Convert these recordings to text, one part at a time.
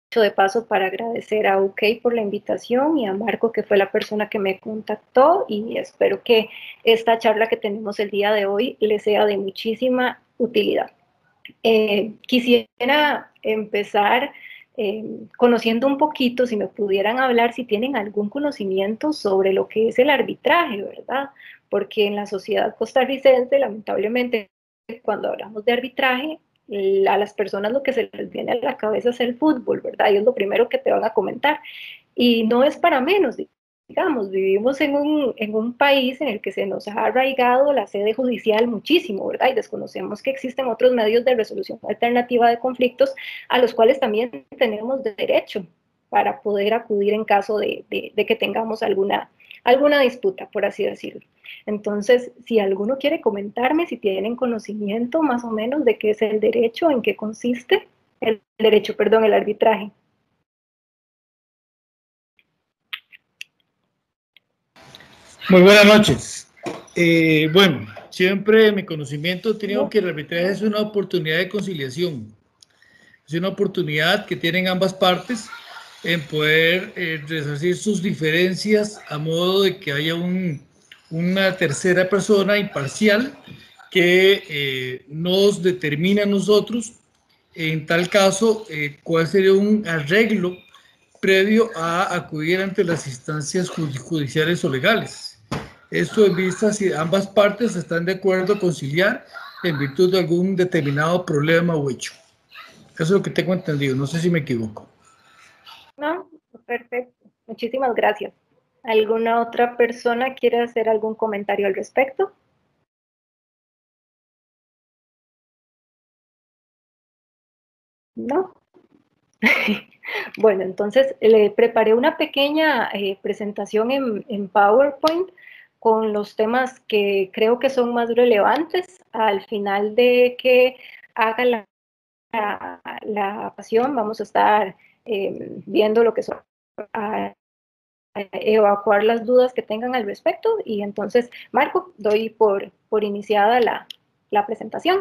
de paso para agradecer a UK por la invitación y a Marco, que fue la persona que me contactó, y espero que esta charla que tenemos el día de hoy les sea de muchísima utilidad. Quisiera empezar conociendo un poquito, si me pudieran hablar, si tienen algún conocimiento sobre lo que es el arbitraje, ¿verdad? Porque en la sociedad costarricense, lamentablemente, cuando hablamos de arbitraje, a las personas lo que se les viene a la cabeza es el fútbol, ¿verdad? Y es lo primero que te van a comentar. Y no es para menos, digamos, vivimos en un país en el que se nos ha arraigado la sede judicial muchísimo, ¿verdad? Y desconocemos que existen otros medios de resolución alternativa de conflictos a los cuales también tenemos derecho para poder acudir en caso de que tengamos alguna disputa, por así decirlo. Entonces, si alguno quiere comentarme, si tienen conocimiento más o menos de qué es el derecho, en qué consiste el derecho, perdón, el arbitraje. Muy buenas noches. Bueno, siempre mi conocimiento he tenido que el arbitraje es una oportunidad de conciliación. Es una oportunidad que tienen ambas partes en poder resarcir sus diferencias a modo de que haya una tercera persona imparcial que nos determina a nosotros, en tal caso, cuál sería un arreglo previo a acudir ante las instancias judiciales o legales. Esto en vista si ambas partes están de acuerdo a conciliar en virtud de algún determinado problema o hecho. Eso es lo que tengo entendido, no sé si me equivoco. No, perfecto. Muchísimas gracias. ¿Alguna otra persona quiere hacer algún comentario al respecto? No. Bueno, entonces le preparé una pequeña presentación en PowerPoint con los temas que creo que son más relevantes. Al final de que haga la pasión, vamos a estar viendo lo que son evacuar las dudas que tengan al respecto. Y entonces, Marco, doy por iniciada la presentación.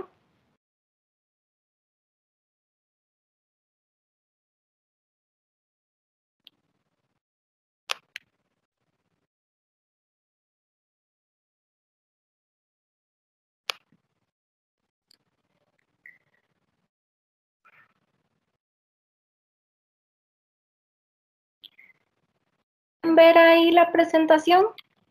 ¿Ver ahí la presentación?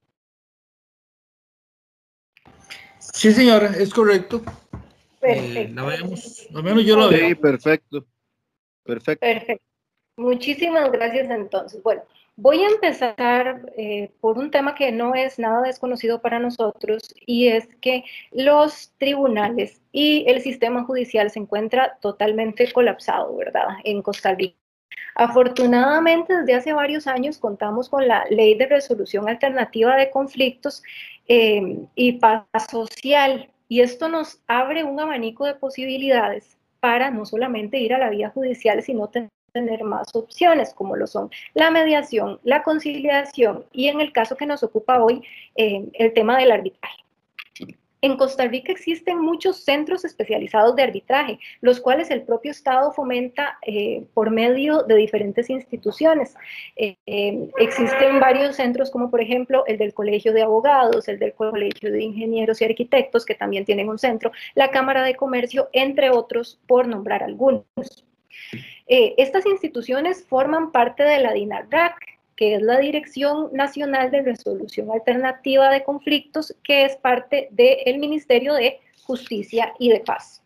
Sí, señora, es correcto. Perfecto. La vemos, al menos yo la Okay. veo. Sí, perfecto, perfecto. Perfecto. Muchísimas gracias entonces. Bueno, voy a empezar por un tema que no es nada desconocido para nosotros, y es que los tribunales y el sistema judicial se encuentra totalmente colapsado, ¿verdad? En Costa Rica. Afortunadamente, desde hace varios años contamos con la Ley de Resolución Alternativa de Conflictos y Paz Social, y esto nos abre un abanico de posibilidades para no solamente ir a la vía judicial, sino tener más opciones, como lo son la mediación, la conciliación y, en el caso que nos ocupa hoy, el tema del arbitraje. En Costa Rica existen muchos centros especializados de arbitraje, los cuales el propio Estado fomenta por medio de diferentes instituciones. Existen varios centros, como por ejemplo el del Colegio de Abogados, el del Colegio de Ingenieros y Arquitectos, que también tienen un centro, la Cámara de Comercio, entre otros, por nombrar algunos. Estas instituciones forman parte de la DINARRAC, que es la Dirección Nacional de Resolución Alternativa de Conflictos, que es parte del Ministerio de Justicia y de Paz.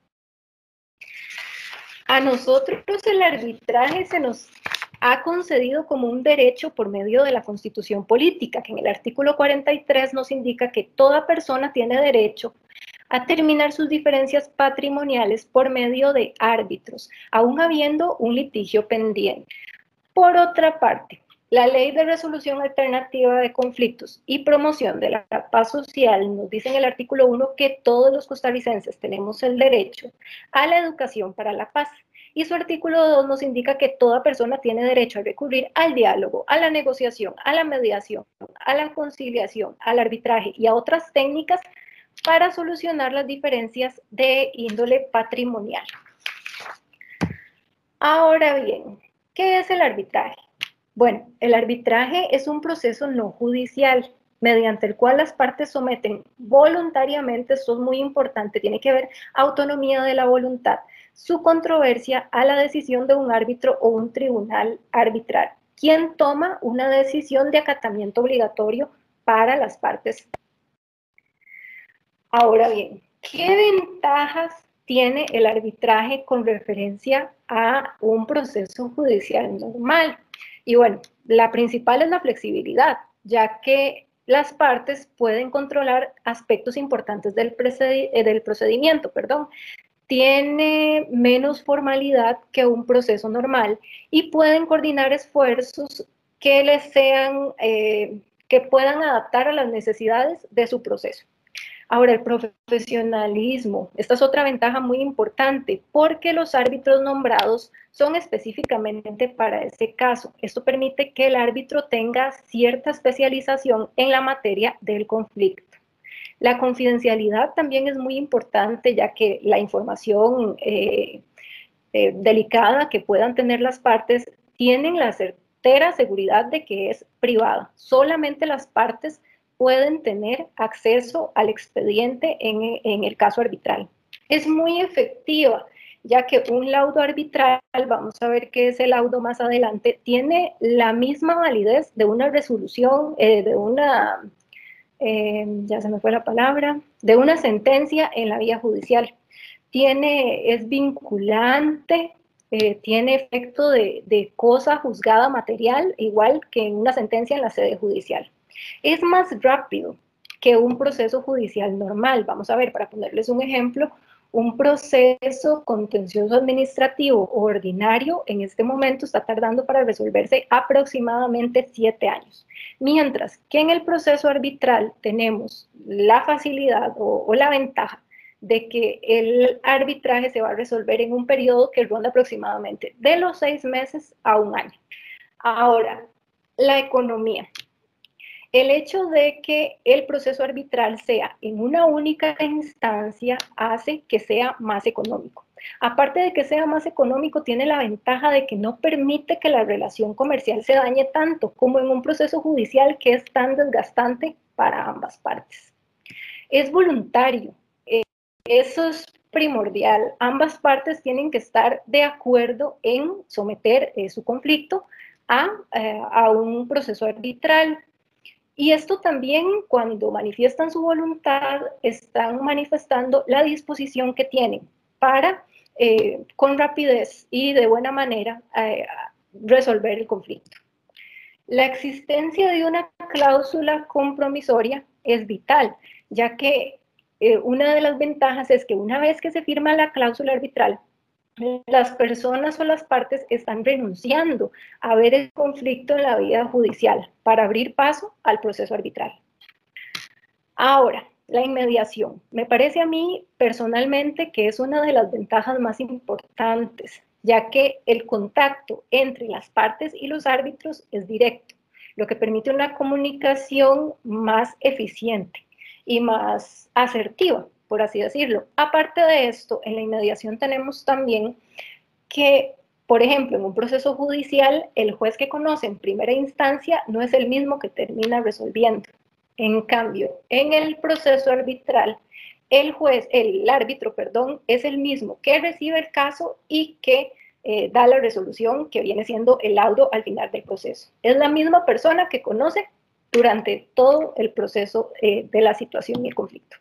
A nosotros el arbitraje se nos ha concedido como un derecho por medio de la Constitución Política, que en el artículo 43 nos indica que toda persona tiene derecho a terminar sus diferencias patrimoniales por medio de árbitros, aún habiendo un litigio pendiente. Por otra parte, la Ley de Resolución Alternativa de Conflictos y Promoción de la Paz Social nos dice en el artículo 1 que todos los costarricenses tenemos el derecho a la educación para la paz. Y su artículo 2 nos indica que toda persona tiene derecho a recurrir al diálogo, a la negociación, a la mediación, a la conciliación, al arbitraje y a otras técnicas para solucionar las diferencias de índole patrimonial. Ahora bien, ¿Qué es el arbitraje? Bueno, el arbitraje es un proceso no judicial mediante el cual las partes someten voluntariamente, esto es muy importante, tiene que ver autonomía de la voluntad, su controversia a la decisión de un árbitro o un tribunal arbitral, quien toma una decisión de acatamiento obligatorio para las partes. Ahora bien, ¿qué ventajas tiene el arbitraje con referencia a un proceso judicial normal? Y bueno, la principal es la flexibilidad, ya que las partes pueden controlar aspectos importantes del procedimiento, tiene menos formalidad que un proceso normal y pueden coordinar esfuerzos que les sean, que puedan adaptar a las necesidades de su proceso. Ahora, el profesionalismo, esta es otra ventaja muy importante, porque los árbitros nombrados son específicamente para ese caso. Esto permite que el árbitro tenga cierta especialización en la materia del conflicto. La confidencialidad también es muy importante, ya que la información delicada que puedan tener las partes tienen la certera seguridad de que es privada. Solamente las partes pueden tener acceso al expediente en el caso arbitral. Es muy efectiva, ya que un laudo arbitral, vamos a ver qué es el laudo más adelante, tiene la misma validez de una resolución, ya se me fue la palabra, de una sentencia en la vía judicial. Es vinculante, tiene efecto de cosa juzgada material, igual que en una sentencia en la sede judicial. Es más rápido que un proceso judicial normal. Vamos a ver, para ponerles un ejemplo, un proceso contencioso administrativo ordinario en este momento está tardando para resolverse aproximadamente 7 años. Mientras que en el proceso arbitral tenemos la facilidad o la ventaja de que el arbitraje se va a resolver en un periodo que ronda aproximadamente de los 6 meses a 1 año. Ahora, la economía. El hecho de que el proceso arbitral sea en una única instancia hace que sea más económico. Aparte de que sea más económico, tiene la ventaja de que no permite que la relación comercial se dañe tanto como en un proceso judicial que es tan desgastante para ambas partes. Es voluntario, eso es primordial. Ambas partes tienen que estar de acuerdo en someter su conflicto a un proceso arbitral. Y esto también, cuando manifiestan su voluntad, están manifestando la disposición que tienen para, con rapidez y de buena manera, resolver el conflicto. La existencia de una cláusula compromisoria es vital, ya que una de las ventajas es que una vez que se firma la cláusula arbitral, las personas o las partes están renunciando a ver el conflicto en la vía judicial para abrir paso al proceso arbitral. Ahora, la inmediación. Me parece a mí personalmente que es una de las ventajas más importantes, ya que el contacto entre las partes y los árbitros es directo, lo que permite una comunicación más eficiente y más asertiva, por así decirlo. Aparte de esto, en la inmediación tenemos también que, por ejemplo, en un proceso judicial, el juez que conoce en primera instancia no es el mismo que termina resolviendo. En cambio, en el proceso arbitral, el árbitro, es el mismo que recibe el caso y que da la resolución que viene siendo el laudo al final del proceso. Es la misma persona que conoce durante todo el proceso de la situación y el conflicto.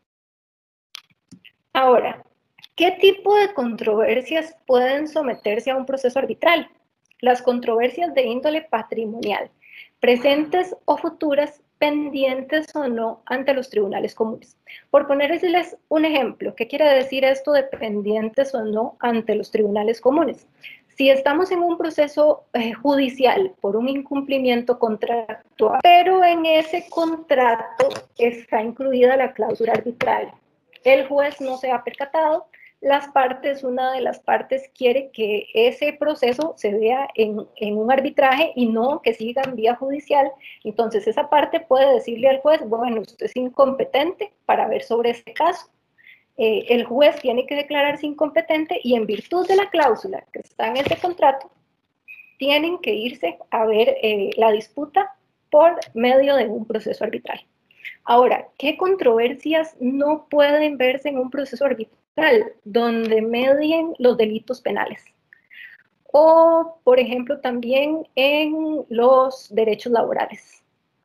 Ahora, ¿qué tipo de controversias pueden someterse a un proceso arbitral? Las controversias de índole patrimonial, presentes o futuras, pendientes o no ante los tribunales comunes. Por ponerles un ejemplo, ¿qué quiere decir esto de pendientes o no ante los tribunales comunes? Si estamos en un proceso judicial por un incumplimiento contractual, pero en ese contrato está incluida la cláusula arbitral, el juez no se ha percatado, una de las partes quiere que ese proceso se vea en un arbitraje y no que siga en vía judicial. Entonces esa parte puede decirle al juez, bueno, usted es incompetente para ver sobre este caso. El juez tiene que declararse incompetente y en virtud de la cláusula que está en ese contrato, tienen que irse a ver la disputa por medio de un proceso arbitral. Ahora, ¿qué controversias no pueden verse en un proceso arbitral donde medien los delitos penales? O, por ejemplo, también en los derechos laborales.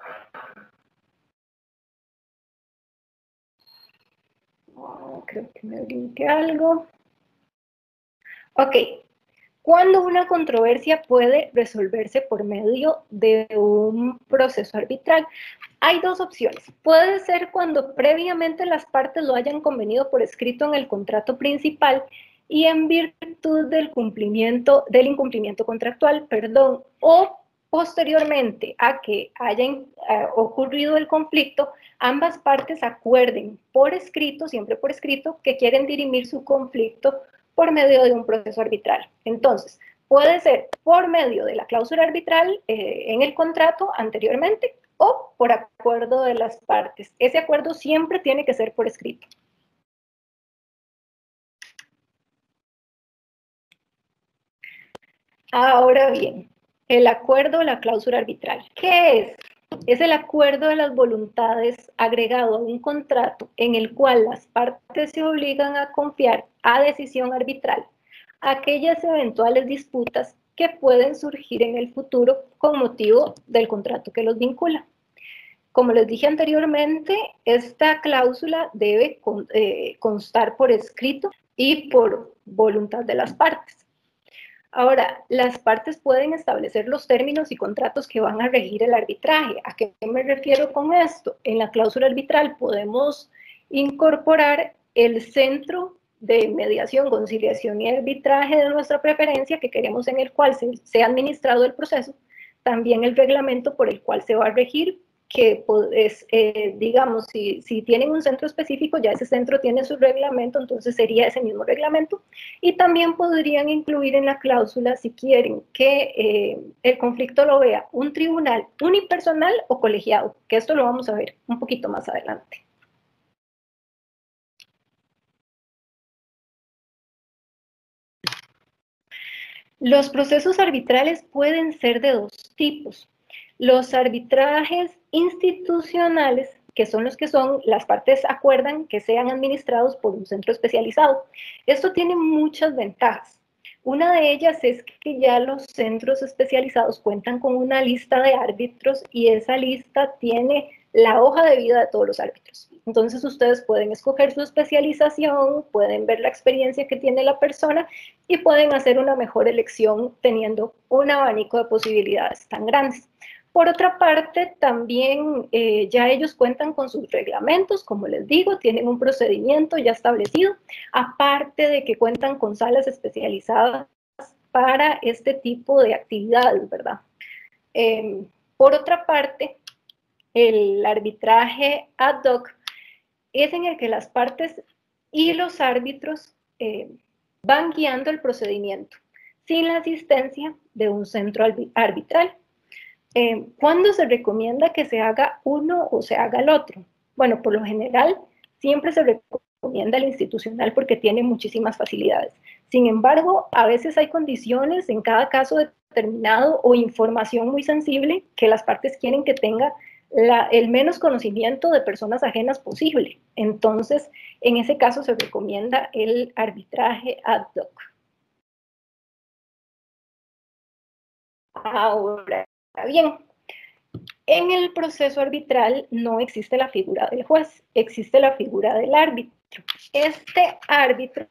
Creo que me brinqué algo. Ok. ¿Cuándo una controversia puede resolverse por medio de un proceso arbitral? Hay dos opciones. Puede ser cuando previamente las partes lo hayan convenido por escrito en el contrato principal y en virtud del incumplimiento contractual, o posteriormente a que haya ocurrido el conflicto, ambas partes acuerden por escrito, siempre por escrito, que quieren dirimir su conflicto por medio de un proceso arbitral. Entonces, puede ser por medio de la cláusula arbitral en el contrato anteriormente o por acuerdo de las partes. Ese acuerdo siempre tiene que ser por escrito. Ahora bien, el acuerdo o la cláusula arbitral. ¿Qué es? Es el acuerdo de las voluntades agregado a un contrato en el cual las partes se obligan a confiar a decisión arbitral aquellas eventuales disputas que pueden surgir en el futuro con motivo del contrato que los vincula. Como les dije anteriormente, esta cláusula debe constar por escrito y por voluntad de las partes. Ahora, las partes pueden establecer los términos y contratos que van a regir el arbitraje. ¿A qué me refiero con esto? En la cláusula arbitral podemos incorporar el centro de mediación, conciliación y arbitraje de nuestra preferencia que queremos en el cual sea administrado el proceso, también el reglamento por el cual se va a regir, que es, digamos, si tienen un centro específico, ya ese centro tiene su reglamento, entonces sería ese mismo reglamento, y también podrían incluir en la cláusula, si quieren, que el conflicto lo vea un tribunal unipersonal o colegiado, que esto lo vamos a ver un poquito más adelante. Los procesos arbitrales pueden ser de dos tipos. Los arbitrajes institucionales, que son los que las partes acuerdan que sean administrados por un centro especializado. Esto tiene muchas ventajas. Una de ellas es que ya los centros especializados cuentan con una lista de árbitros y esa lista tiene la hoja de vida de todos los árbitros. Entonces ustedes pueden escoger su especialización, pueden ver la experiencia que tiene la persona y pueden hacer una mejor elección teniendo un abanico de posibilidades tan grandes. Por otra parte, también ya ellos cuentan con sus reglamentos, como les digo, tienen un procedimiento ya establecido, aparte de que cuentan con salas especializadas para este tipo de actividades, ¿verdad? Por otra parte, el arbitraje ad hoc es en el que las partes y los árbitros van guiando el procedimiento sin la asistencia de un centro arbitral. ¿Cuándo se recomienda que se haga uno o se haga el otro? Bueno, por lo general, siempre se recomienda el institucional porque tiene muchísimas facilidades. Sin embargo, a veces hay condiciones en cada caso determinado o información muy sensible que las partes quieren que tenga el menos conocimiento de personas ajenas posible. Entonces, en ese caso se recomienda el arbitraje ad hoc. Ahora bien, en el proceso arbitral no existe la figura del juez, existe la figura del árbitro. Este árbitro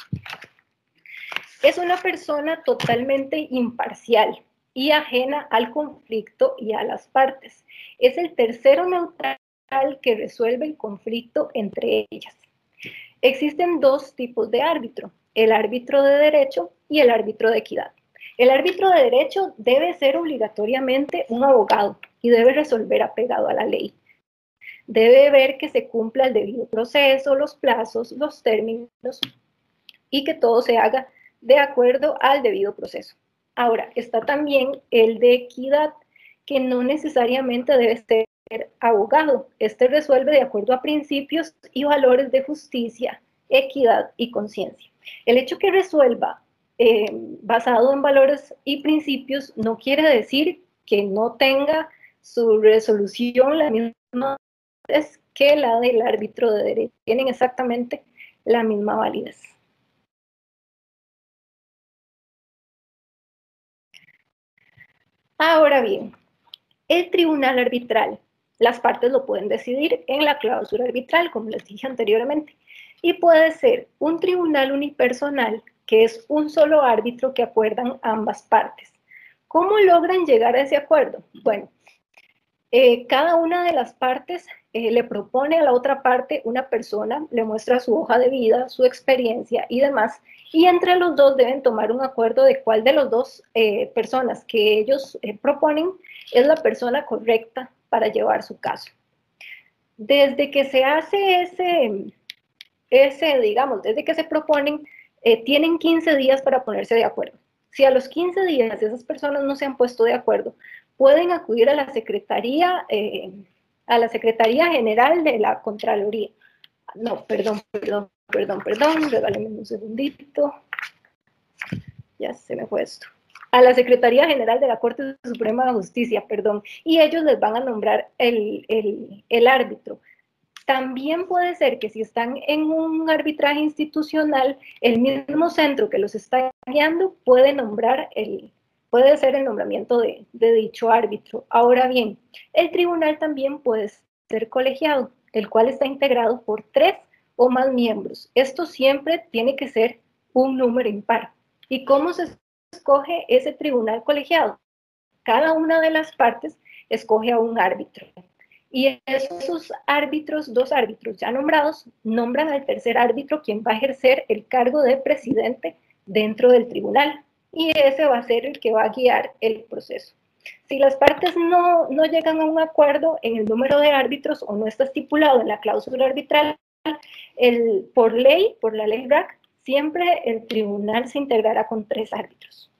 es una persona totalmente imparcial y ajena al conflicto y a las partes. Es el tercero neutral que resuelve el conflicto entre ellas. Existen dos tipos de árbitro, el árbitro de derecho y el árbitro de equidad. El árbitro de derecho debe ser obligatoriamente un abogado y debe resolver apegado a la ley. Debe ver que se cumpla el debido proceso, los plazos, los términos y que todo se haga de acuerdo al debido proceso. Ahora, está también el de equidad, que no necesariamente debe ser abogado. Este resuelve de acuerdo a principios y valores de justicia, equidad y conciencia. El hecho que resuelva basado en valores y principios no quiere decir que no tenga su resolución la misma que la del árbitro de derecho. Tienen exactamente la misma validez. Ahora bien, el tribunal arbitral, las partes lo pueden decidir en la cláusula arbitral, como les dije anteriormente, y puede ser un tribunal unipersonal, que es un solo árbitro que acuerdan ambas partes. ¿Cómo logran llegar a ese acuerdo? Bueno, cada una de las partes le propone a la otra parte una persona, le muestra su hoja de vida, su experiencia y demás, y entre los dos deben tomar un acuerdo de cuál de las dos personas que ellos proponen es la persona correcta para llevar su caso. Desde que se hace digamos, desde que se proponen, tienen 15 días para ponerse de acuerdo. Si a los 15 días esas personas no se han puesto de acuerdo, pueden acudir a la Secretaría General de la Contraloría. No, perdón, regálenme un segundito. Ya se me fue esto. A la Secretaría General de la Corte Suprema de Justicia, perdón, y ellos les van a nombrar el árbitro. También puede ser que si están en un arbitraje institucional, el mismo centro que los está guiando puede ser el nombramiento de dicho árbitro. Ahora bien, el tribunal también puede ser colegiado, el cual está integrado por 3 o más miembros. Esto siempre tiene que ser un número impar. ¿Y cómo se escoge ese tribunal colegiado? Cada una de las partes escoge a un árbitro. Y esos árbitros, 2 árbitros ya nombrados, nombran al tercer árbitro, quien va a ejercer el cargo de presidente dentro del tribunal. Y ese va a ser el que va a guiar el proceso. Si las partes no llegan a un acuerdo en el número de árbitros o no está estipulado en la cláusula arbitral, por la ley RAC, siempre el tribunal se integrará con 3 árbitros.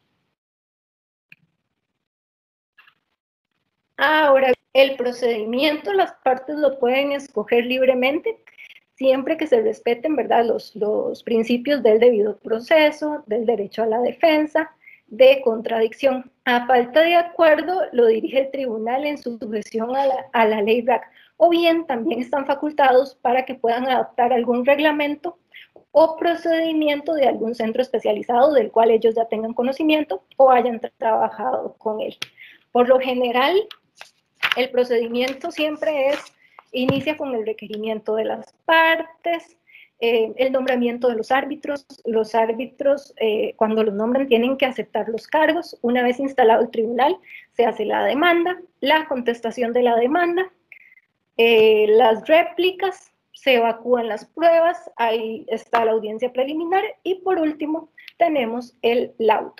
Ahora, el procedimiento, las partes lo pueden escoger libremente, siempre que se respeten, ¿verdad?, los principios del debido proceso, del derecho a la defensa, de contradicción. A falta de acuerdo, lo dirige el tribunal en su sujeción a la ley RAC, o bien también están facultados para que puedan adaptar algún reglamento o procedimiento de algún centro especializado del cual ellos ya tengan conocimiento o hayan trabajado con él. Por lo general, el procedimiento siempre inicia con el requerimiento de las partes, el nombramiento de los árbitros. Los árbitros, cuando los nombran, tienen que aceptar los cargos. Una vez instalado el tribunal, se hace la demanda, la contestación de la demanda, las réplicas, se evacúan las pruebas, ahí está la audiencia preliminar y por último tenemos el laudo.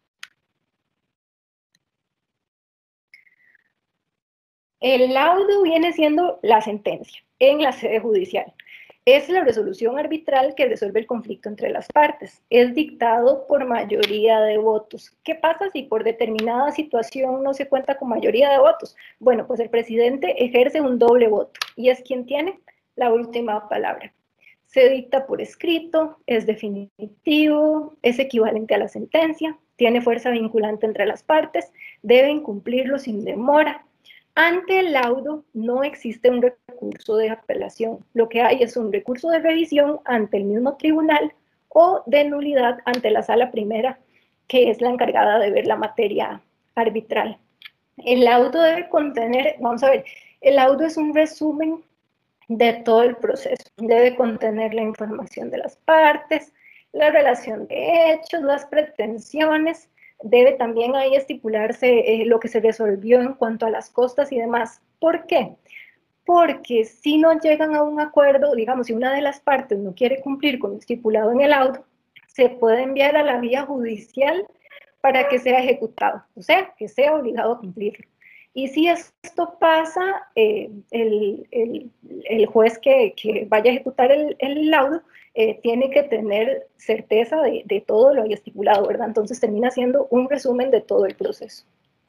El laudo viene siendo la sentencia en la sede judicial. Es la resolución arbitral que resuelve el conflicto entre las partes. Es dictado por mayoría de votos. ¿Qué pasa si por determinada situación no se cuenta con mayoría de votos? Bueno, pues el presidente ejerce un doble voto y es quien tiene la última palabra. Se dicta por escrito, es definitivo, es equivalente a la sentencia, tiene fuerza vinculante entre las partes, deben cumplirlo sin demora. Ante el laudo no existe un recurso de apelación, lo que hay es un recurso de revisión ante el mismo tribunal o de nulidad ante la sala primera, que es la encargada de ver la materia arbitral. El laudo debe contener, vamos a ver, el laudo es un resumen de todo el proceso, debe contener la información de las partes, la relación de hechos, las pretensiones. Debe también ahí estipularse lo que se resolvió en cuanto a las costas y demás. ¿Por qué? Porque si no llegan a un acuerdo, digamos, si una de las partes no quiere cumplir con lo estipulado en el laudo, se puede enviar a la vía judicial para que sea ejecutado, o sea, que sea obligado a cumplirlo. Y si esto pasa, el juez que vaya a ejecutar el laudo tiene que tener certeza de todo lo ahí estipulado, ¿verdad? Entonces termina siendo un resumen de todo el proceso.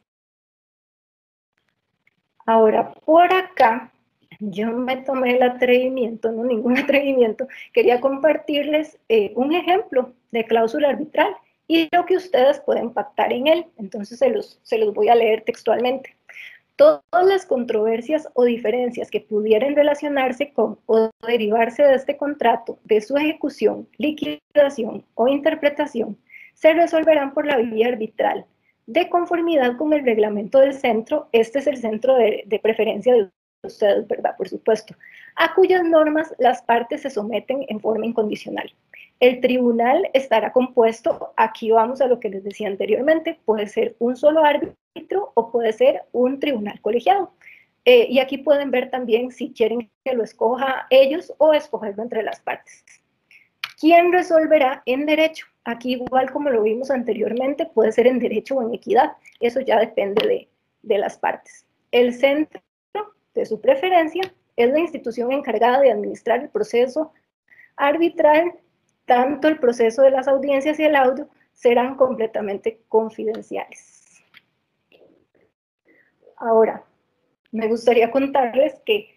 Ahora, por acá, yo me tomé el atrevimiento, no ningún atrevimiento, quería compartirles un ejemplo de cláusula arbitral y lo que ustedes pueden pactar en él. Entonces se los voy a leer textualmente. Todas las controversias o diferencias que pudieran relacionarse con o derivarse de este contrato, de su ejecución, liquidación o interpretación, se resolverán por la vía arbitral, de conformidad con el reglamento del centro. Este es el centro de preferencia de ustedes, ¿verdad? Por supuesto, a cuyas normas las partes se someten en forma incondicional. El tribunal estará compuesto, aquí vamos a lo que les decía anteriormente, puede ser un solo árbitro o puede ser un tribunal colegiado. Y aquí pueden ver también si quieren que lo escoja ellos o escogerlo entre las partes. ¿Quién resolverá en derecho? Aquí, igual como lo vimos anteriormente, puede ser en derecho o en equidad. Eso ya depende de las partes. El centro de su preferencia es la institución encargada de administrar el proceso arbitral. Tanto el proceso de las audiencias y el audio serán completamente confidenciales. Ahora, me gustaría contarles que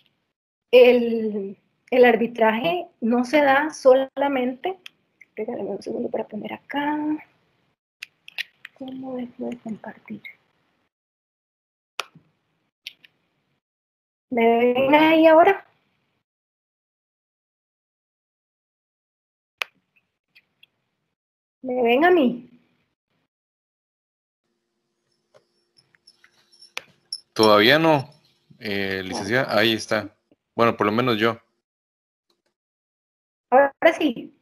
el arbitraje no se da solamente, regálenme un segundo para poner acá, ¿cómo dejo de compartir? ¿Me ven ahí ahora? ¿Me ven a mí? Todavía no, licenciada, ahí está. Bueno, por lo menos yo. Ahora sí.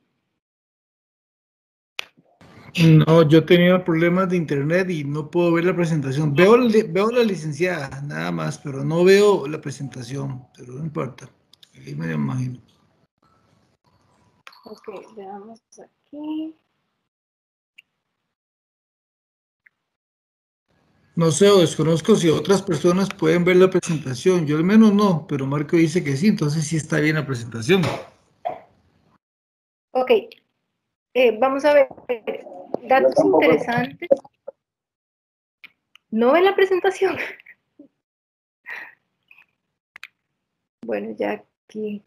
No, yo tenía problemas de internet y no puedo ver la presentación. Veo la licenciada, nada más, pero no veo la presentación, pero no importa. Ahí me imagino. Ok, veamos aquí. No sé, o desconozco si otras personas pueden ver la presentación. Yo al menos no, pero Marco dice que sí, entonces sí está bien la presentación. Ok, vamos a ver datos interesantes. ¿No ven la presentación? Bueno, ya aquí.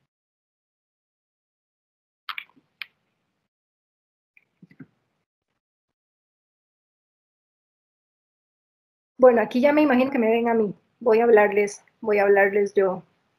Bueno, aquí ya me imagino que me ven a mí. Voy a hablarles yo.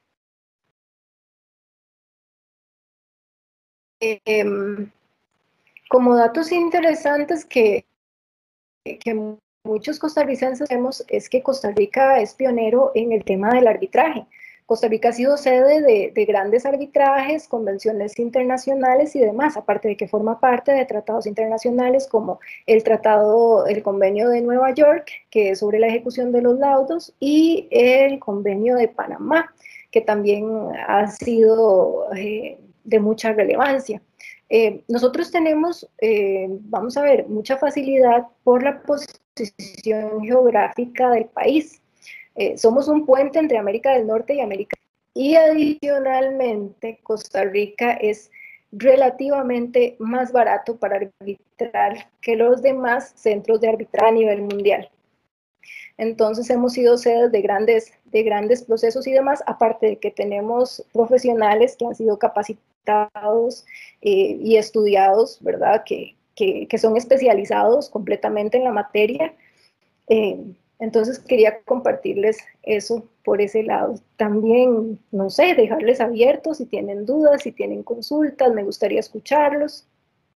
Como datos interesantes que muchos costarricenses vemos, es que Costa Rica es pionero en el tema del arbitraje. Costa Rica ha sido sede de grandes arbitrajes, convenciones internacionales y demás, aparte de que forma parte de tratados internacionales como el convenio de Nueva York, que es sobre la ejecución de los laudos, y el convenio de Panamá, que también ha sido de mucha relevancia. Nosotros tenemos, vamos a ver, mucha facilidad por la posición geográfica del país. Somos un puente entre América del Norte y América. Y adicionalmente, Costa Rica es relativamente más barato para arbitrar que los demás centros de arbitraje a nivel mundial. Entonces hemos sido sedes de grandes procesos y demás, aparte de que tenemos profesionales que han sido capacitados y estudiados, ¿verdad? Que son especializados completamente en la materia. Entonces quería compartirles eso por ese lado. También, no sé, dejarles abiertos si tienen dudas, si tienen consultas, me gustaría escucharlos.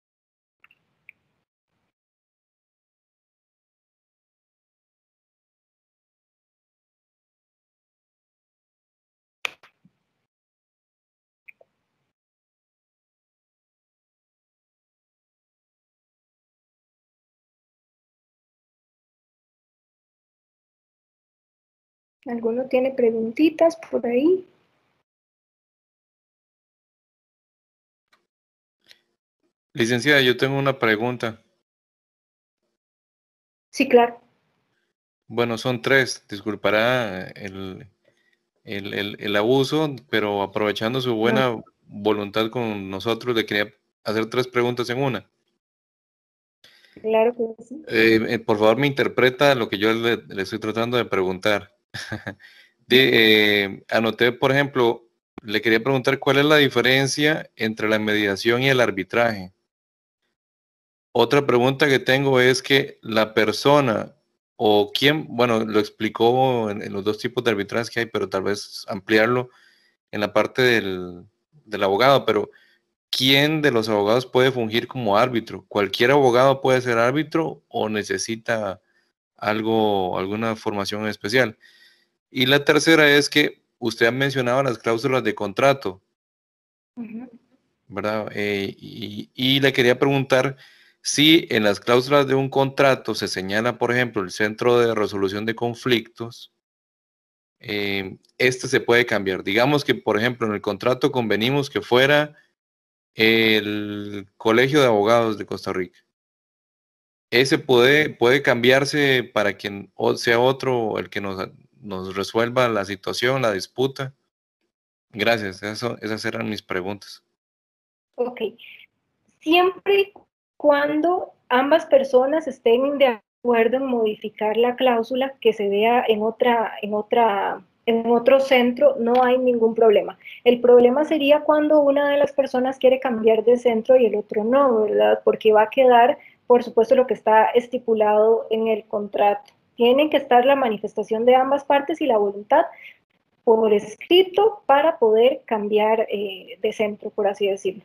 ¿Alguno tiene preguntitas por ahí? Licenciada, yo tengo una pregunta. Sí, claro. Bueno, son tres. Disculpará el abuso, pero aprovechando su buena voluntad con nosotros, le quería hacer tres preguntas en una. Claro que sí. Por favor, me interpreta lo que yo le estoy tratando de preguntar. Anoté, por ejemplo, le quería preguntar cuál es la diferencia entre la mediación y el arbitraje. Otra pregunta que tengo es que la persona o quién, bueno, lo explicó en los dos tipos de arbitrajes que hay, pero tal vez ampliarlo en la parte del abogado, pero ¿quién de los abogados puede fungir como árbitro? ¿Cualquier abogado puede ser árbitro o necesita alguna formación especial? Y la tercera es que usted ha mencionado las cláusulas de contrato, ¿verdad? Y le quería preguntar si en las cláusulas de un contrato se señala, por ejemplo, el Centro de Resolución de Conflictos, este se puede cambiar. Digamos que, por ejemplo, en el contrato convenimos que fuera el Colegio de Abogados de Costa Rica. Ese puede cambiarse para que sea otro el que nos resuelva la situación, la disputa. Gracias, esas eran mis preguntas. Ok. Siempre y cuando ambas personas estén de acuerdo en modificar la cláusula que se vea en otro centro, no hay ningún problema. El problema sería cuando una de las personas quiere cambiar de centro y el otro no, ¿verdad? Porque va a quedar, por supuesto, lo que está estipulado en el contrato. Tienen que estar la manifestación de ambas partes y la voluntad por escrito para poder cambiar de centro, por así decirlo.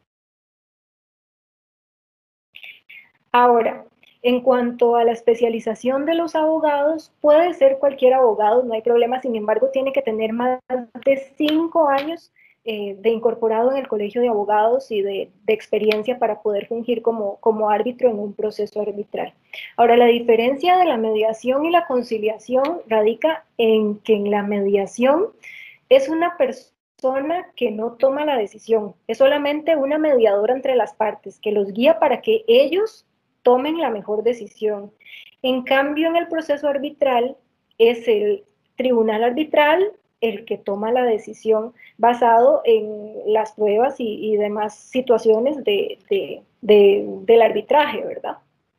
Ahora, en cuanto a la especialización de los abogados, puede ser cualquier abogado, no hay problema, sin embargo, tiene que tener más de 5 años de incorporado en el colegio de abogados y de experiencia para poder fungir como árbitro en un proceso arbitral. Ahora, la diferencia de la mediación y la conciliación radica en que en la mediación es una persona que no toma la decisión, es solamente una mediadora entre las partes que los guía para que ellos tomen la mejor decisión. En cambio, en el proceso arbitral es el tribunal arbitral el que toma la decisión basado en las pruebas y demás situaciones del arbitraje, ¿verdad?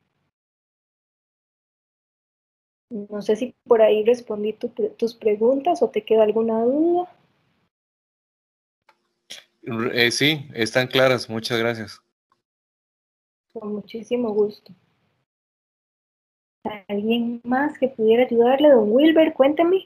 No sé si por ahí respondí tus preguntas o te queda alguna duda. Sí, están claras, muchas gracias. Con muchísimo gusto. ¿Alguien más que pudiera ayudarle? Don Wilber, cuénteme.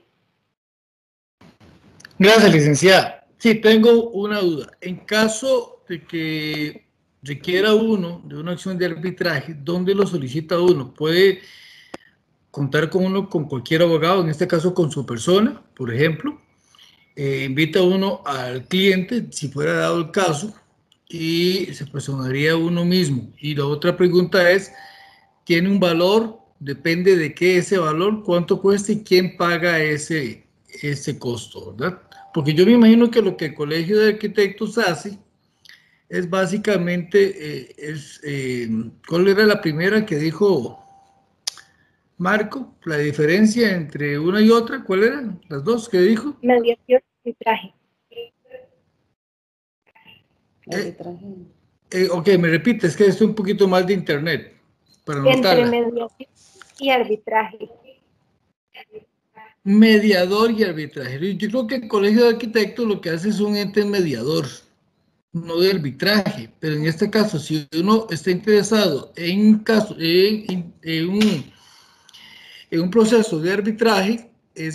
Gracias, licenciada. Sí, tengo una duda. En caso de que requiera uno de una acción de arbitraje, ¿dónde lo solicita uno? ¿Puede contar con cualquier abogado, en este caso con su persona, por ejemplo? Invita uno al cliente, si fuera dado el caso, y se personaría uno mismo. Y la otra pregunta es, ¿tiene un valor? Depende de qué ese valor, cuánto cuesta y quién paga ese costo, ¿verdad? Porque yo me imagino que lo que el Colegio de Arquitectos hace es básicamente, ¿cuál era la primera que dijo Marco? La diferencia entre una y otra, ¿cuál eran las dos que dijo? Mediación y arbitraje. Ok, me repite, es que estoy un poquito mal de internet para Entre anotarla. mediación y arbitraje. Mediador y arbitraje. Yo creo que el Colegio de Arquitectos lo que hace es un ente mediador, no de arbitraje, pero en este caso, si uno está interesado en un proceso de arbitraje,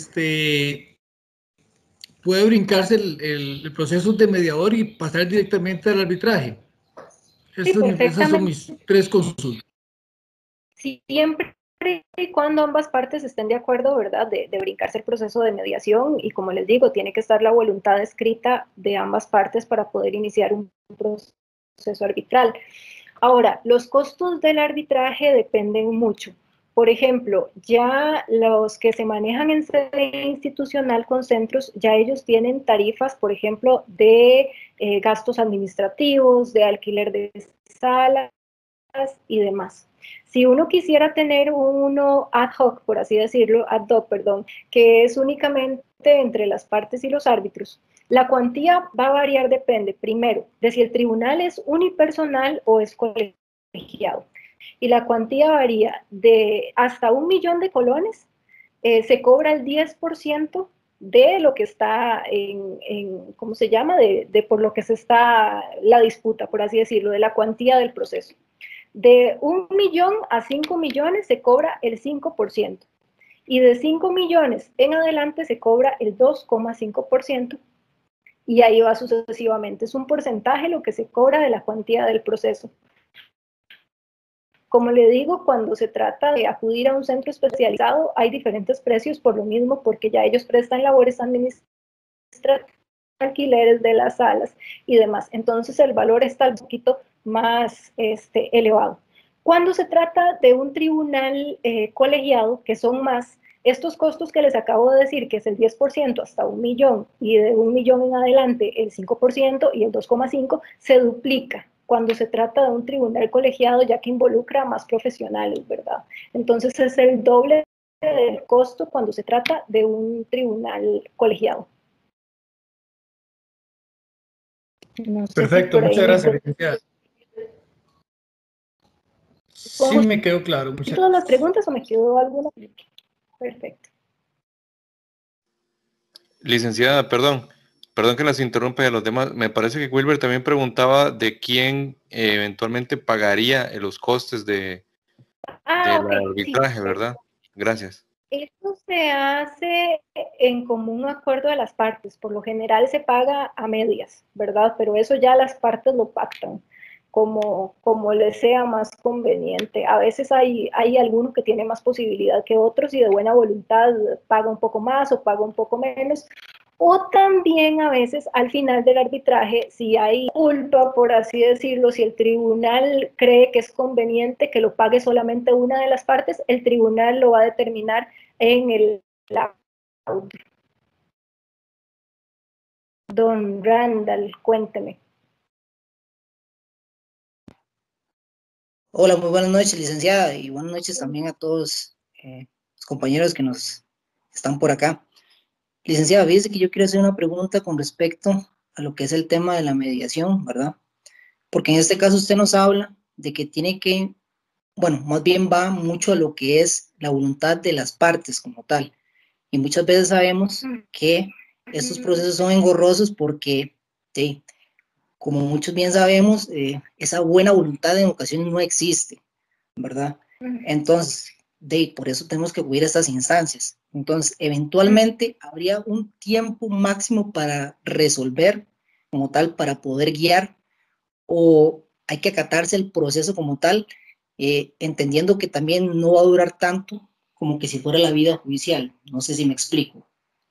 puede brincarse el proceso de mediador y pasar directamente al arbitraje. Sí, Esas son mis 3 consultas. Siempre y cuando ambas partes estén de acuerdo, ¿verdad? De brincarse el proceso de mediación y como les digo, tiene que estar la voluntad escrita de ambas partes para poder iniciar un proceso arbitral. Ahora, los costos del arbitraje dependen mucho. Por ejemplo, ya los que se manejan en sede institucional con centros, ya ellos tienen tarifas, por ejemplo, de gastos administrativos, de alquiler de salas y demás. Si uno quisiera tener uno ad hoc, por así decirlo, ad hoc, perdón, que es únicamente entre las partes y los árbitros, la cuantía va a variar, depende, primero, de si el tribunal es unipersonal o es colegiado. Y la cuantía varía de hasta 1 millón de colones, se cobra el 10% de lo que está ¿cómo se llama? De por lo que se está la disputa, por así decirlo, de la cuantía del proceso. De 1 millón a 5 millones se cobra el 5%. Y de 5 millones en adelante se cobra el 2,5%. Y ahí va sucesivamente. Es un porcentaje lo que se cobra de la cuantía del proceso. Como le digo, cuando se trata de acudir a un centro especializado, hay diferentes precios por lo mismo, porque ya ellos prestan labores administrativas, alquileres de las salas y demás. Entonces el valor está un poquito más elevado. Cuando se trata de un tribunal colegiado, que son más, estos costos que les acabo de decir, que es el 10% hasta 1 millón, y de 1 millón en adelante el 5% y el 2,5%, se duplica cuando se trata de un tribunal colegiado, ya que involucra a más profesionales, ¿verdad? Entonces es el doble del costo cuando se trata de un tribunal colegiado. No sé. Perfecto, si muchas gracias, licenciada. Sí me quedó claro. Muchas ¿Todas las gracias. preguntas o me quedó alguna? Perfecto. Licenciada, perdón que las interrumpa a los demás. Me parece que Wilber también preguntaba de quién eventualmente pagaría los costes del Ok, arbitraje, sí. ¿verdad? Gracias. Esto se hace en común acuerdo de las partes. Por lo general se paga a medias, ¿verdad? Pero eso ya las partes lo pactan como les sea más conveniente. A veces hay alguno que tiene más posibilidad que otros y de buena voluntad paga un poco más o paga un poco menos. O también a veces al final del arbitraje, si hay culpa, por así decirlo, si el tribunal cree que es conveniente que lo pague solamente una de las partes, el tribunal lo va a determinar en el auto. Don Randall, cuénteme. Hola, muy buenas noches, licenciada, y buenas noches también a todos los compañeros que nos están por acá. Licenciada, fíjese que yo quiero hacer una pregunta con respecto a lo que es el tema de la mediación, ¿verdad? Porque en este caso usted nos habla de que tiene que, bueno, más bien va mucho a lo que es la voluntad de las partes como tal. Y muchas veces sabemos que estos procesos son engorrosos porque, sí, como muchos bien sabemos, esa buena voluntad en ocasiones no existe, ¿verdad? Entonces, por eso tenemos que acudir a estas instancias. Entonces, eventualmente habría un tiempo máximo para resolver como tal, para poder guiar, o hay que acatarse el proceso como tal, entendiendo que también no va a durar tanto como que si fuera la vida judicial. No sé si me explico.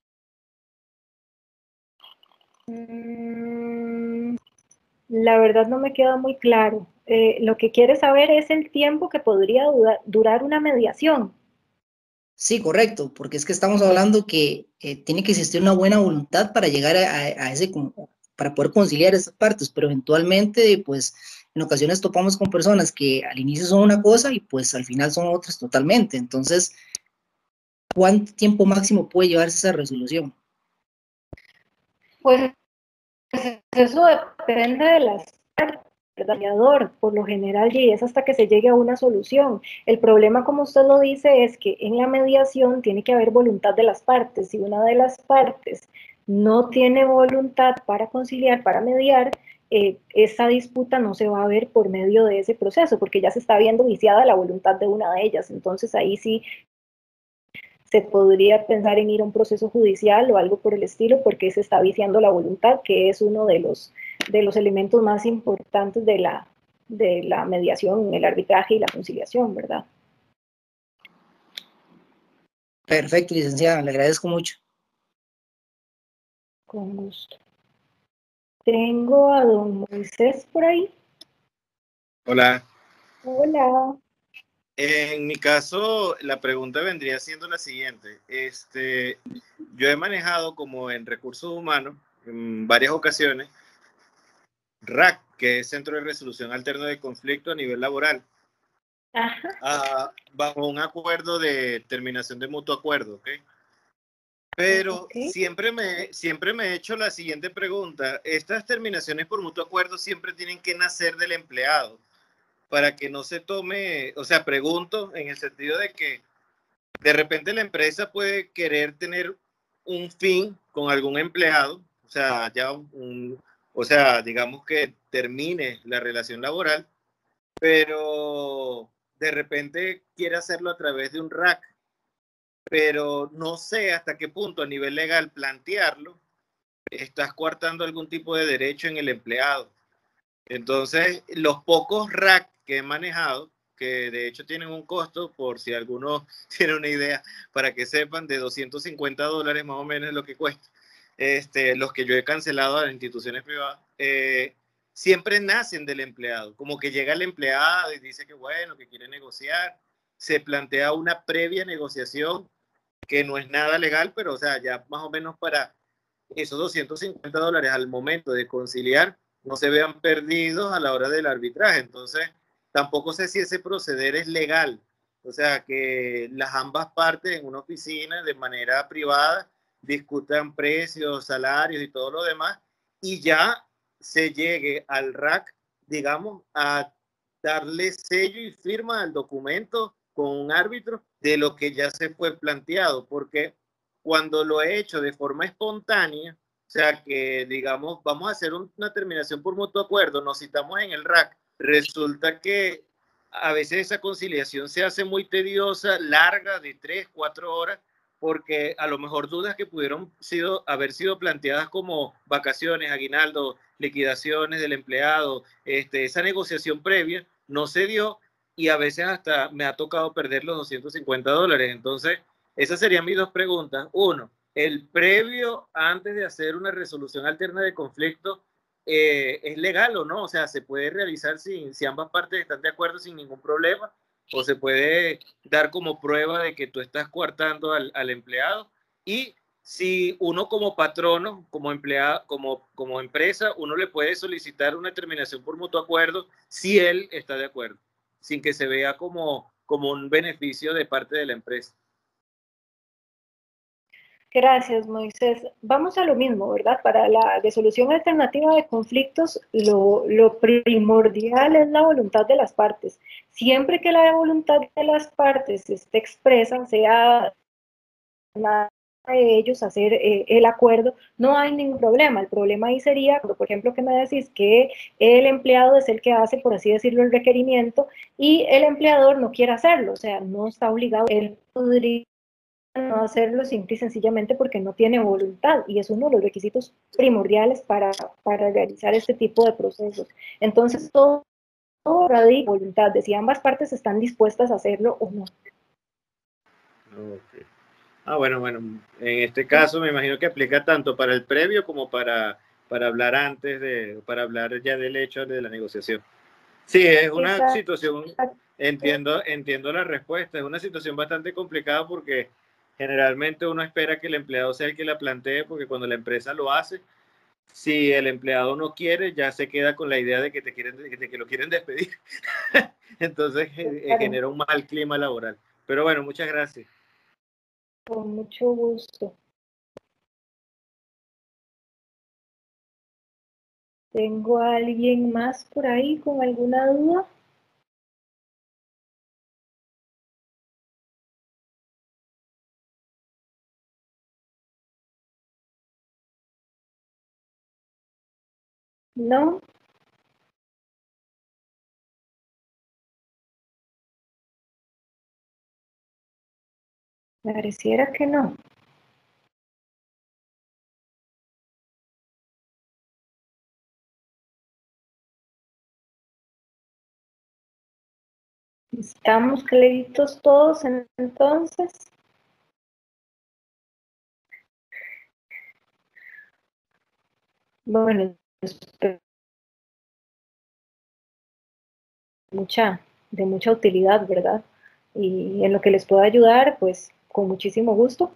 La verdad no me queda muy claro. Lo que quiere saber es el tiempo que podría durar una mediación. Sí, correcto, porque es que estamos hablando que tiene que existir una buena voluntad para llegar a ese, para poder conciliar esas partes, pero eventualmente, pues, en ocasiones topamos con personas que al inicio son una cosa y pues al final son otras totalmente. Entonces, ¿cuánto tiempo máximo puede llevarse esa resolución? Pues eso depende de las partes, del mediador, por lo general, y es hasta que se llegue a una solución. El problema, como usted lo dice, es que en la mediación tiene que haber voluntad de las partes. Si una de las partes no tiene voluntad para conciliar, para mediar, esa disputa no se va a ver por medio de ese proceso, porque ya se está viendo viciada la voluntad de una de ellas. Entonces ahí sí se podría pensar en ir a un proceso judicial o algo por el estilo, porque se está viciando la voluntad, que es uno de los elementos más importantes de la mediación, el arbitraje y la conciliación, ¿verdad? Perfecto, licenciada, le agradezco mucho. Con gusto. Tengo a don Moisés por ahí. Hola. Hola. En mi caso, la pregunta vendría siendo la siguiente. Yo he manejado como en recursos humanos en varias ocasiones RAC, que es Centro de Resolución Alterno de Conflicto a nivel laboral, bajo un acuerdo de terminación de mutuo acuerdo, ¿ok? Pero siempre me he hecho la siguiente pregunta. Estas terminaciones por mutuo acuerdo siempre tienen que nacer del empleado, para que no se tome, o sea, pregunto en el sentido de que de repente la empresa puede querer tener un fin con algún empleado, o sea, digamos que termine la relación laboral, pero de repente quiere hacerlo a través de un rack, pero no sé hasta qué punto a nivel legal plantearlo, estás coartando algún tipo de derecho en el empleado. Entonces, los pocos racks que he manejado, que de hecho tienen un costo, por si alguno tiene una idea, para que sepan, de $250 más o menos es lo que cuesta, los que yo he cancelado a las instituciones privadas, siempre nacen del empleado, como que llega el empleado y dice que bueno, que quiere negociar, se plantea una previa negociación que no es nada legal, pero o sea, ya más o menos para esos $250 al momento de conciliar no se vean perdidos a la hora del arbitraje. Entonces, tampoco sé si ese proceder es legal. O sea, que las ambas partes en una oficina de manera privada discutan precios, salarios y todo lo demás, y ya se llegue al RAC, digamos, a darle sello y firma al documento con un árbitro de lo que ya se fue planteado, porque cuando lo he hecho de forma espontánea, o sea que digamos, vamos a hacer una terminación por mutuo acuerdo, nos citamos en el RAC, resulta que a veces esa conciliación se hace muy tediosa, larga, de 3, 4 horas, porque a lo mejor dudas que pudieron haber sido planteadas como vacaciones, aguinaldo, liquidaciones del empleado, esa negociación previa no se dio y a veces hasta me ha tocado perder los $250. Entonces, esas serían mis dos preguntas. Uno, el previo antes de hacer una resolución alterna de conflicto, ¿es legal o no? O sea, ¿se puede realizar si ambas partes están de acuerdo sin ningún problema? ¿O se puede dar como prueba de que tú estás coartando al empleado? Y si uno como patrono, como empleado, como empresa, uno le puede solicitar una terminación por mutuo acuerdo si él está de acuerdo, sin que se vea como un beneficio de parte de la empresa. Gracias, Moisés. Vamos a lo mismo, ¿verdad? Para la resolución alternativa de conflictos, lo primordial es la voluntad de las partes. Siempre que la voluntad de las partes esté expresa, sea nada de ellos hacer el acuerdo, no hay ningún problema. El problema ahí sería, por ejemplo, que me decís que el empleado es el que hace, por así decirlo, el requerimiento y el empleador no quiere hacerlo, o sea, no está obligado, él podría no hacerlo simple y sencillamente porque no tiene voluntad, y es uno de los requisitos primordiales para realizar este tipo de procesos. Entonces, todo radica en voluntad de si ambas partes están dispuestas a hacerlo o no. Okay. Bueno, en este caso me imagino que aplica tanto para el previo como para hablar para hablar ya del hecho de la negociación. Sí, es una situación, entiendo la respuesta, es una situación bastante complicada porque generalmente uno espera que el empleado sea el que la plantee, porque cuando la empresa lo hace, si el empleado no quiere, ya se queda con la idea de que que lo quieren despedir. Entonces genera un mal clima laboral. Pero bueno, muchas gracias. Con mucho gusto. ¿Tengo a alguien más por ahí con alguna duda? ¿No? Pareciera que no. ¿Estamos claritos todos entonces? Bueno, de mucha utilidad, ¿verdad? Y en lo que les pueda ayudar, pues con muchísimo gusto.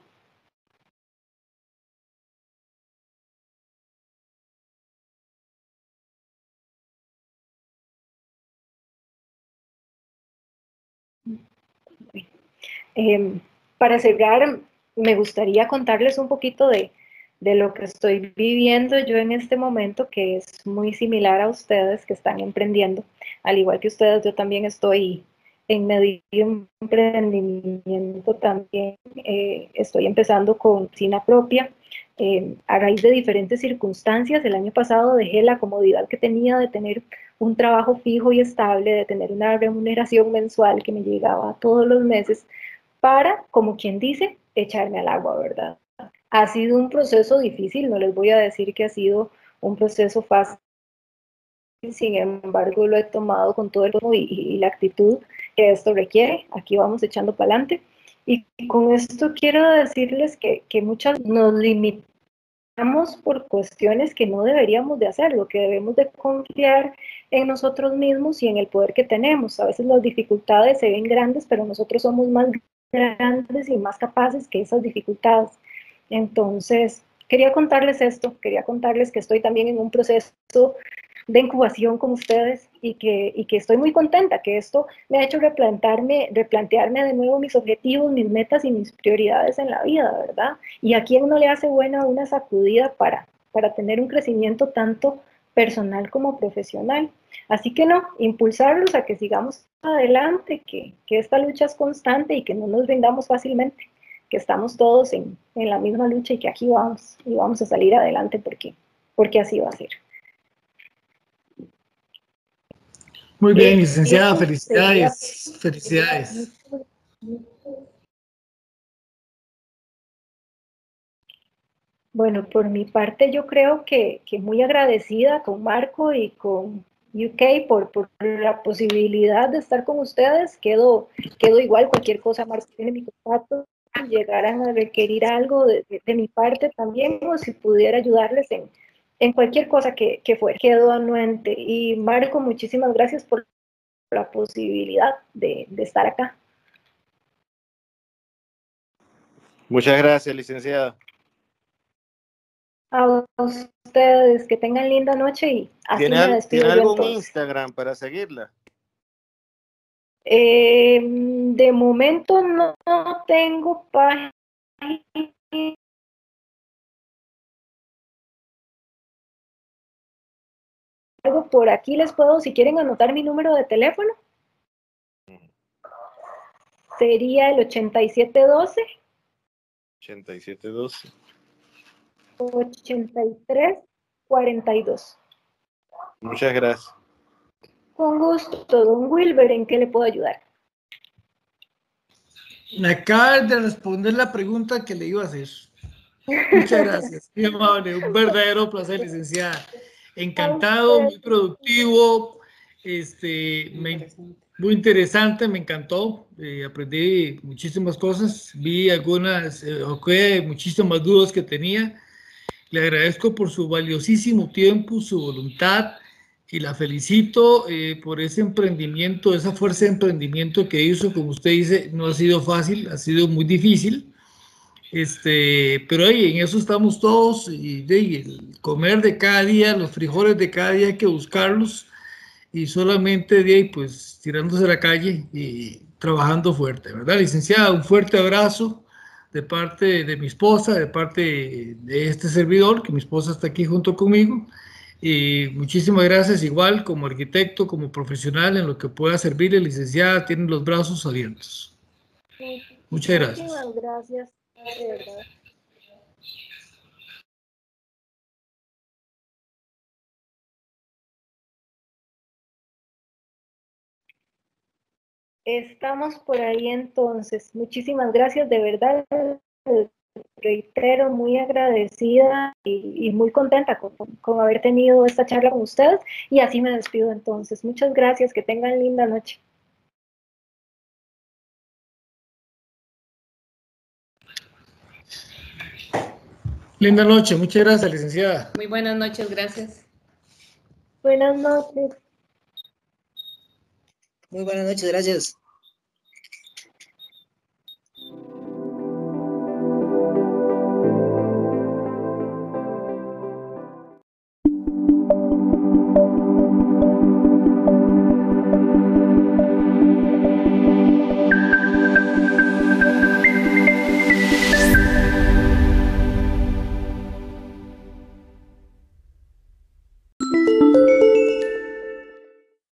Para cerrar, me gustaría contarles un poquito de lo que estoy viviendo yo en este momento, que es muy similar a ustedes que están emprendiendo. Al igual que ustedes, yo también estoy en medio de un emprendimiento también. Estoy empezando con oficina propia. A raíz de diferentes circunstancias, el año pasado dejé la comodidad que tenía de tener un trabajo fijo y estable, de tener una remuneración mensual que me llegaba todos los meses para, como quien dice, echarme al agua, ¿verdad? Ha sido un proceso difícil, no les voy a decir que ha sido un proceso fácil, sin embargo lo he tomado con todo el ritmo y la actitud que esto requiere. Aquí vamos echando para adelante. Y con esto quiero decirles que muchas nos limitamos por cuestiones que no deberíamos de hacerlo, que debemos de confiar en nosotros mismos y en el poder que tenemos. A veces las dificultades se ven grandes, pero nosotros somos más grandes y más capaces que esas dificultades. Entonces, quería contarles esto, quería contarles que estoy también en un proceso de incubación con ustedes y que estoy muy contenta, que esto me ha hecho replantearme de nuevo mis objetivos, mis metas y mis prioridades en la vida, ¿verdad? Y a quién no le hace buena una sacudida para tener un crecimiento tanto personal como profesional. Así que no, impulsarlos a que sigamos adelante, que esta lucha es constante y que no nos rindamos fácilmente, que estamos todos en la misma lucha y que aquí vamos y vamos a salir adelante porque así va a ser. Muy bien, licenciada, felicidades, felicidades. Bueno, por mi parte yo creo que muy agradecida con Marco y con UK por la posibilidad de estar con ustedes. Quedo igual, cualquier cosa, Marco tiene mi contacto, si llegaran a requerir algo de mi parte también, o si pudiera ayudarles en cualquier cosa que fuera. Quedo anuente. Y Marco, muchísimas gracias por la posibilidad de estar acá. Muchas gracias, licenciada. A ustedes, que tengan linda noche y así me despido. ¿Tiene algún entonces. Instagram para seguirla? De momento no tengo página. Por aquí les puedo, si quieren anotar mi número de teléfono, sería el 8712 8712 8342. Muchas gracias. Con gusto, don Wilber, ¿en qué le puedo ayudar? Me acaba de responder la pregunta que le iba a hacer. Muchas gracias, muy amable, un verdadero placer, licenciada. Encantado, muy productivo, muy interesante, me encantó, aprendí muchísimas cosas, vi algunas, muchísimas dudas que tenía. Le agradezco por su valiosísimo tiempo, su voluntad, y la felicito por ese emprendimiento, esa fuerza de emprendimiento que hizo. Como usted dice, no ha sido fácil, ha sido muy difícil. Pero en eso estamos todos, y el comer de cada día, los frijoles de cada día hay que buscarlos, y solamente pues tirándose a la calle y trabajando fuerte, ¿verdad, licenciada? Un fuerte abrazo de parte de mi esposa, de parte de este servidor, que mi esposa está aquí junto conmigo, y muchísimas gracias. Igual como arquitecto, como profesional, en lo que pueda servirle, licenciada, tienen los brazos abiertos. Muchas gracias. Muchísimas gracias, de verdad. Estamos por ahí entonces. Muchísimas gracias, de verdad. Reitero, muy agradecida y muy contenta con haber tenido esta charla con ustedes, y así me despido entonces. Muchas gracias, que tengan linda noche. Linda noche, muchas gracias, licenciada. Muy buenas noches, gracias. Buenas noches. Muy buenas noches, gracias.